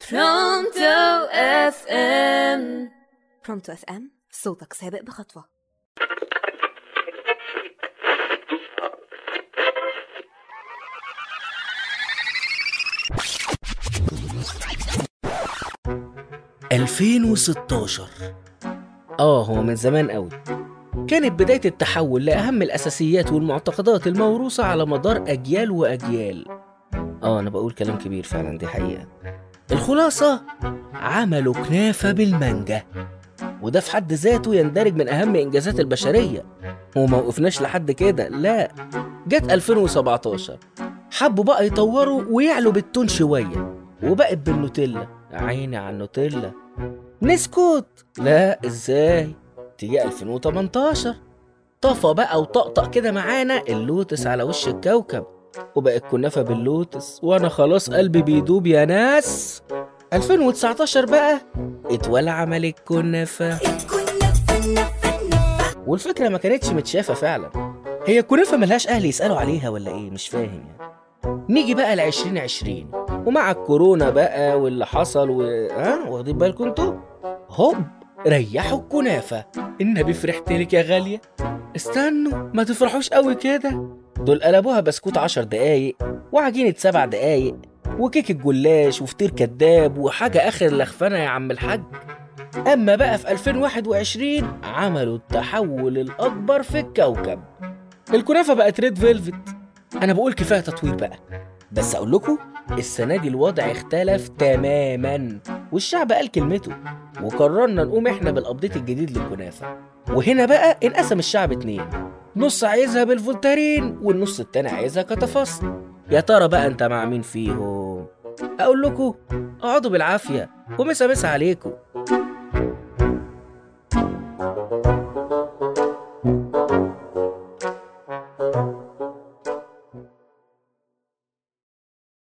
برونتو اف ام. برونتو اف ام، صوتك سابق بخطوة. هو من زمان قوي كانت بداية التحول لأهم الأساسيات والمعتقدات الموروثة على مدار أجيال وأجيال. أنا بقول كلام كبير فعلا، دي حقيقة. الخلاصة، عملوا كنافة بالمانجا، وده في حد ذاته يندرج من أهم إنجازات البشرية. وما وقفناش لحد كده، لا، جت 2017 حبوا بقى يطوروا ويعلوا بالتون شوية، وبقت بالنوتيلا. عيني على النوتيلا. نسكت؟ لا، ازاي؟ تيجي 2018 طفى بقى وطقطق كده معانا اللوتس على وش الكوكب، وبقت كنافة باللوتس، وانا خلاص قلبي بيدوب يا ناس. 2019 بقى اتولع ملك كنافة، والفكرة ما كانتش متشافة فعلا. هي الكنافة ملهاش اهل يسألوا عليها ولا ايه؟ مش فاهم يعني. نيجي بقى ل2020 ومع الكورونا بقى واللي حصل واخدين بالكم انتوا؟ هوب، ريحوا الكنافة. النبي فرحت لك يا غالية. استنوا، ما تفرحوش قوي كده. دول قلبوها بسكوت 10 دقايق، وعجينة 7 دقايق، وكيك الجلاش، وفطير كداب، وحاجة آخر لخفنة يا عم الحاج. أما بقى في 2021 عملوا التحول الأكبر في الكوكب. الكنافة بقت ريد فيلفت. أنا بقول كفاية تطوير بقى، بس أقول لكم السنة دي الوضع اختلف تماماً، والشعب قال كلمته، وقررنا نقوم إحنا بالأبديت الجديد للكنافة. وهنا بقى انقسم الشعب 2، نص عايزها بالفولتارين والنص التاني عايزها كتفصل. يا ترى بقى أنت مع مين فيهم؟ أقول لكم اقعدوا بالعافية ومسا مسا عليكم.